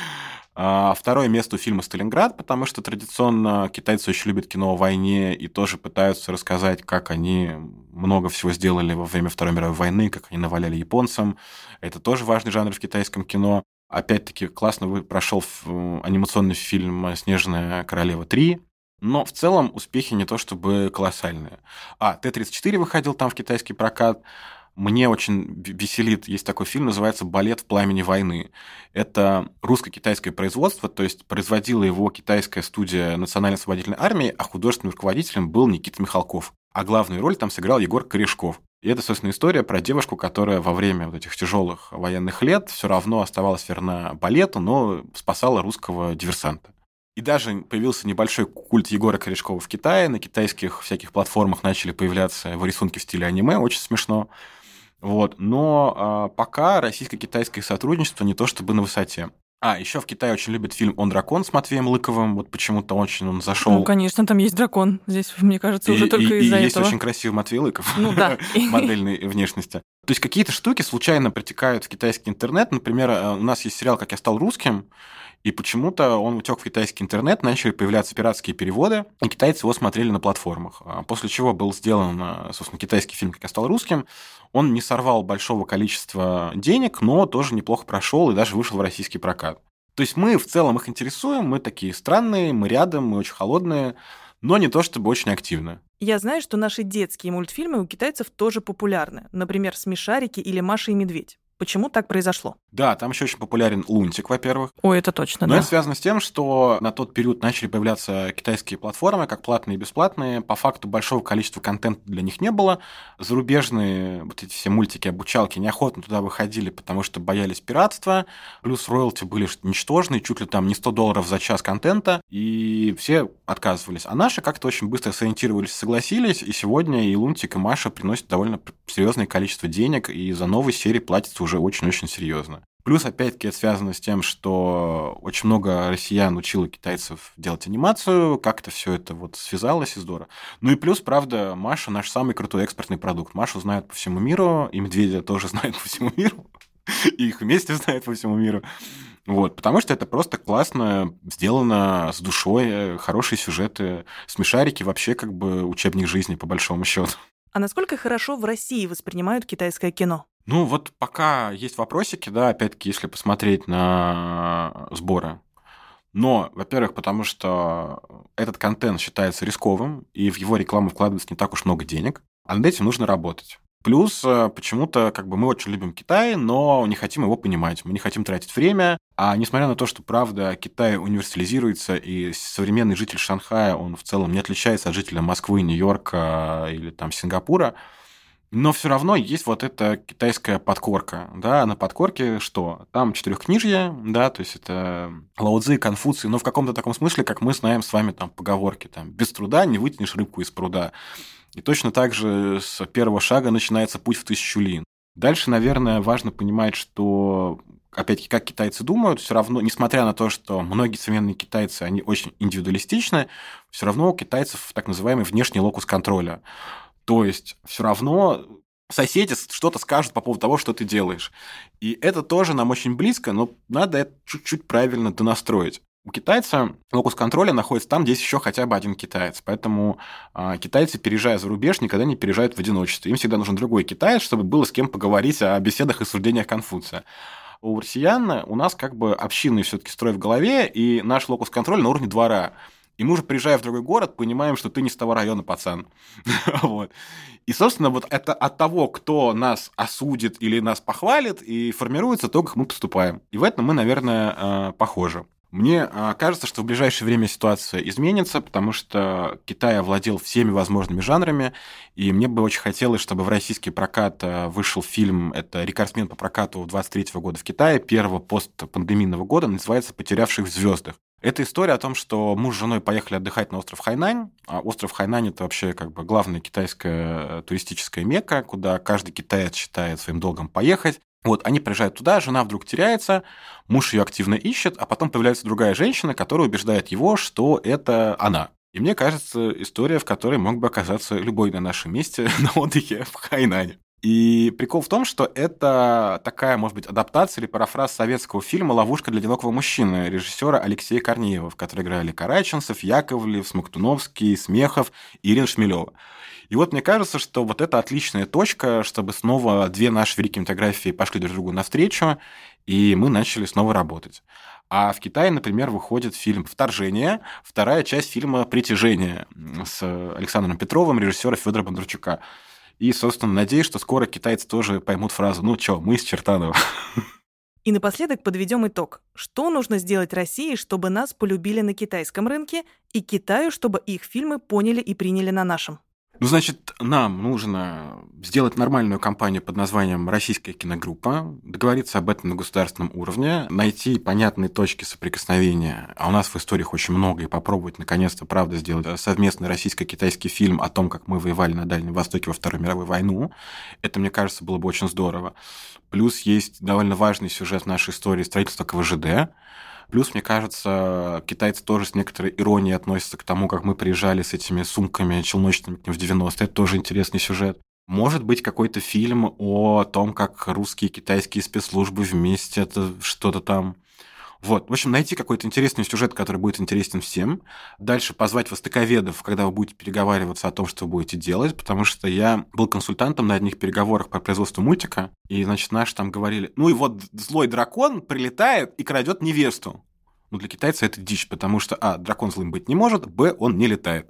Второе место у фильма «Сталинград», потому что традиционно китайцы очень любят кино о войне и тоже пытаются рассказать, как они много всего сделали во время Второй мировой войны, как они наваляли японцам. Это тоже важный жанр в китайском кино. Опять-таки, классно прошел анимационный фильм «Снежная королева три», но в целом успехи не то чтобы колоссальные. А, Т тридцать четыре выходил там в китайский прокат. Мне очень веселит, есть такой фильм, называется «Балет в пламени войны». Это русско-китайское производство, то есть производила его китайская студия Национальной освободительной армии, а художественным руководителем был Никита Михалков. А главную роль там сыграл Егор Корешков. И это, собственно, история про девушку, которая во время вот этих тяжелых военных лет все равно оставалась верна балету, но спасала русского диверсанта. И даже появился небольшой культ Егора Корешкова в Китае. На китайских всяких платформах начали появляться его рисунки в стиле аниме, очень смешно. Вот. Но а, пока российско-китайское сотрудничество не то чтобы на высоте. А, еще в Китае очень любят фильм «Он дракон» с Матвеем Лыковым. Вот почему-то очень он зашел. Ну, конечно, там есть дракон. Здесь, мне кажется, уже и, только и, из-за и этого. есть очень красивый Матвей Лыков. Ну да. Модельной внешности. То есть какие-то штуки случайно протекают в китайский интернет. Например, у нас есть сериал «Как я стал русским», и почему-то он утек в китайский интернет, начали появляться пиратские переводы, и китайцы его смотрели на платформах. После чего был сделан, собственно, китайский фильм «Как я стал русским». Он не сорвал большого количества денег, но тоже неплохо прошел и даже вышел в российский прокат. То есть мы в целом их интересуем, мы такие странные, мы рядом, мы очень холодные, но не то чтобы очень активны. Я знаю, что наши детские мультфильмы у китайцев тоже популярны. Например, «Смешарики» или «Маша и медведь». Почему так произошло? Да, там еще очень популярен Лунтик, во-первых. Ой, это точно, Но да. это связано с тем, что на тот период начали появляться китайские платформы, как платные и бесплатные. По факту большого количества контента для них не было. Зарубежные вот эти все мультики-обучалки неохотно туда выходили, потому что боялись пиратства. Плюс роялти были ничтожные, чуть ли там не сто долларов за час контента, и все отказывались. А наши как-то очень быстро сориентировались, согласились, и сегодня и Лунтик, и Маша приносят довольно серьезное количество денег, и за новые серии платится уже очень-очень серьезно. Плюс, опять-таки, это связано с тем, что очень много россиян учило китайцев делать анимацию, как-то все это вот связалось и здорово. Ну и плюс, правда, Маша наш самый крутой экспортный продукт. Машу знают по всему миру, и Медведя тоже знают по всему миру, и их вместе знают по всему миру. Вот, потому что это просто классно сделано, с душой, хорошие сюжеты. Смешарики вообще как бы учебник жизни, по большому счету. А насколько хорошо в России воспринимают китайское кино? Ну, вот пока есть вопросики, да, опять-таки, если посмотреть на сборы. Но, во-первых, потому что этот контент считается рисковым, и в его рекламу вкладывается не так уж много денег, а над этим нужно работать. Плюс почему-то как бы мы очень любим Китай, но не хотим его понимать, мы не хотим тратить время. А несмотря на то, что, правда, Китай универсализируется, и современный житель Шанхая, он в целом не отличается от жителя Москвы, Нью-Йорка или там Сингапура, но все равно есть вот эта китайская подкорка, да, на подкорке что? Там четырехкнижье, да, то есть это Лао Цзы, Конфуций, но в каком-то таком смысле, как мы знаем с вами там поговорки, там, без труда не вытянешь рыбку из пруда. И точно так же с первого шага начинается путь в тысячу лин. Дальше, наверное, важно понимать, что, опять-таки, как китайцы думают, все равно, несмотря на то, что многие современные китайцы, они очень индивидуалистичны, все равно у китайцев так называемый внешний локус контроля. То есть все равно соседи что-то скажут по поводу того, что ты делаешь. И это тоже нам очень близко, но надо это чуть-чуть правильно донастроить. У китайца локус контроля находится там, где есть еще хотя бы один китаец. Поэтому а, китайцы, переезжая за рубеж, никогда не переезжают в одиночестве. Им всегда нужен другой китаец, чтобы было с кем поговорить о беседах и суждениях Конфуция. У россиян у нас как бы общинный все-таки строй в голове, и наш локус контроля на уровне двора. И мы уже, приезжая в другой город, понимаем, что ты не с того района, пацан. Вот. И, собственно, вот это от того, кто нас осудит или нас похвалит, и формируется то, как мы поступаем. И в этом мы, наверное, похожи. Мне кажется, что в ближайшее время ситуация изменится, потому что Китай овладел всеми возможными жанрами, и мне бы очень хотелось, чтобы в российский прокат вышел фильм, это рекордсмен по прокату двадцать третьего года в Китае, первого постпандемийного года, называется «Потерявших в звездах». Это история о том, что муж с женой поехали отдыхать на остров Хайнань. А остров Хайнань – это вообще как бы главная китайская туристическая мекка, куда каждый китаец считает своим долгом поехать. Вот, они приезжают туда, жена вдруг теряется, муж ее активно ищет, а потом появляется другая женщина, которая убеждает его, что это она. И мне кажется, история, в которой мог бы оказаться любой на нашем месте на отдыхе в Хайнане. И прикол в том, что это такая, может быть, адаптация или парафраз советского фильма «Ловушка для одинокого мужчины» режиссера Алексея Корнеева, в которой играли Караченцев, Яковлев, Смоктуновский, Смехов и Ирина Шмелева. И вот мне кажется, что вот это отличная точка, чтобы снова две наши великие кинематографии пошли друг другу навстречу, и мы начали снова работать. А в Китае, например, выходит фильм «Вторжение», вторая часть фильма «Притяжение» с Александром Петровым, режиссера Федора Бондарчука. И, собственно, надеюсь, что скоро китайцы тоже поймут фразу «Ну чё, мы из Чертанова». И напоследок подведем итог. Что нужно сделать России, чтобы нас полюбили на китайском рынке, и Китаю, чтобы их фильмы поняли и приняли на нашем? Ну, значит, нам нужно сделать нормальную кампанию под названием «Российская киногруппа», договориться об этом на государственном уровне, найти понятные точки соприкосновения, а у нас в историях очень много, и попробовать, наконец-то, правда, сделать совместный российско-китайский фильм о том, как мы воевали на Дальнем Востоке во Вторую мировую войну. Это, мне кажется, было бы очень здорово. Плюс есть довольно важный сюжет в нашей истории строительства ка вэ жэ дэ. Плюс, мне кажется, китайцы тоже с некоторой иронией относятся к тому, как мы приезжали с этими сумками челночными к ним в девяностые. Это тоже интересный сюжет. Может быть, какой-то фильм о том, как русские и китайские спецслужбы вместе, это что-то там. Вот. В общем, найти какой-то интересный сюжет, который будет интересен всем. Дальше позвать востоковедов, когда вы будете переговариваться о том, что вы будете делать, потому что я был консультантом на одних переговорах по производству мультика, и, значит, наши там говорили, ну и вот злой дракон прилетает и крадет невесту. Ну, для китайца это дичь, потому что, а, дракон злым быть не может, б, он не летает.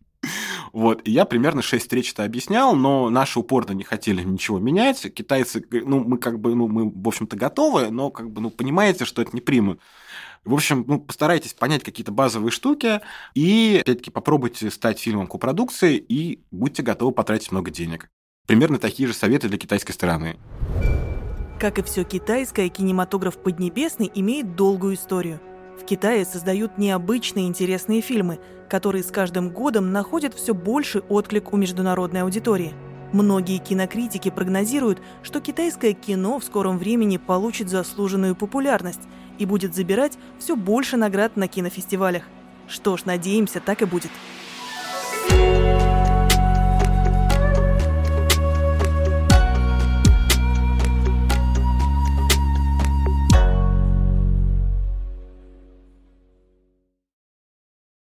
Вот, и я примерно шесть встреч это объяснял, но наши упорно не хотели ничего менять. Китайцы, ну, мы как бы, ну, мы, в общем-то, готовы, но, как бы, ну, понимаете, что это не примут. В общем, ну, постарайтесь понять какие-то базовые штуки и, опять-таки, попробуйте стать фильмом копродукции и будьте готовы потратить много денег. Примерно такие же советы для китайской стороны. Как и все китайское, кинематограф Поднебесный имеет долгую историю. В Китае создают необычные интересные фильмы, которые с каждым годом находят все больший отклик у международной аудитории. Многие кинокритики прогнозируют, что китайское кино в скором времени получит заслуженную популярность и будет забирать все больше наград на кинофестивалях. Что ж, надеемся, так и будет.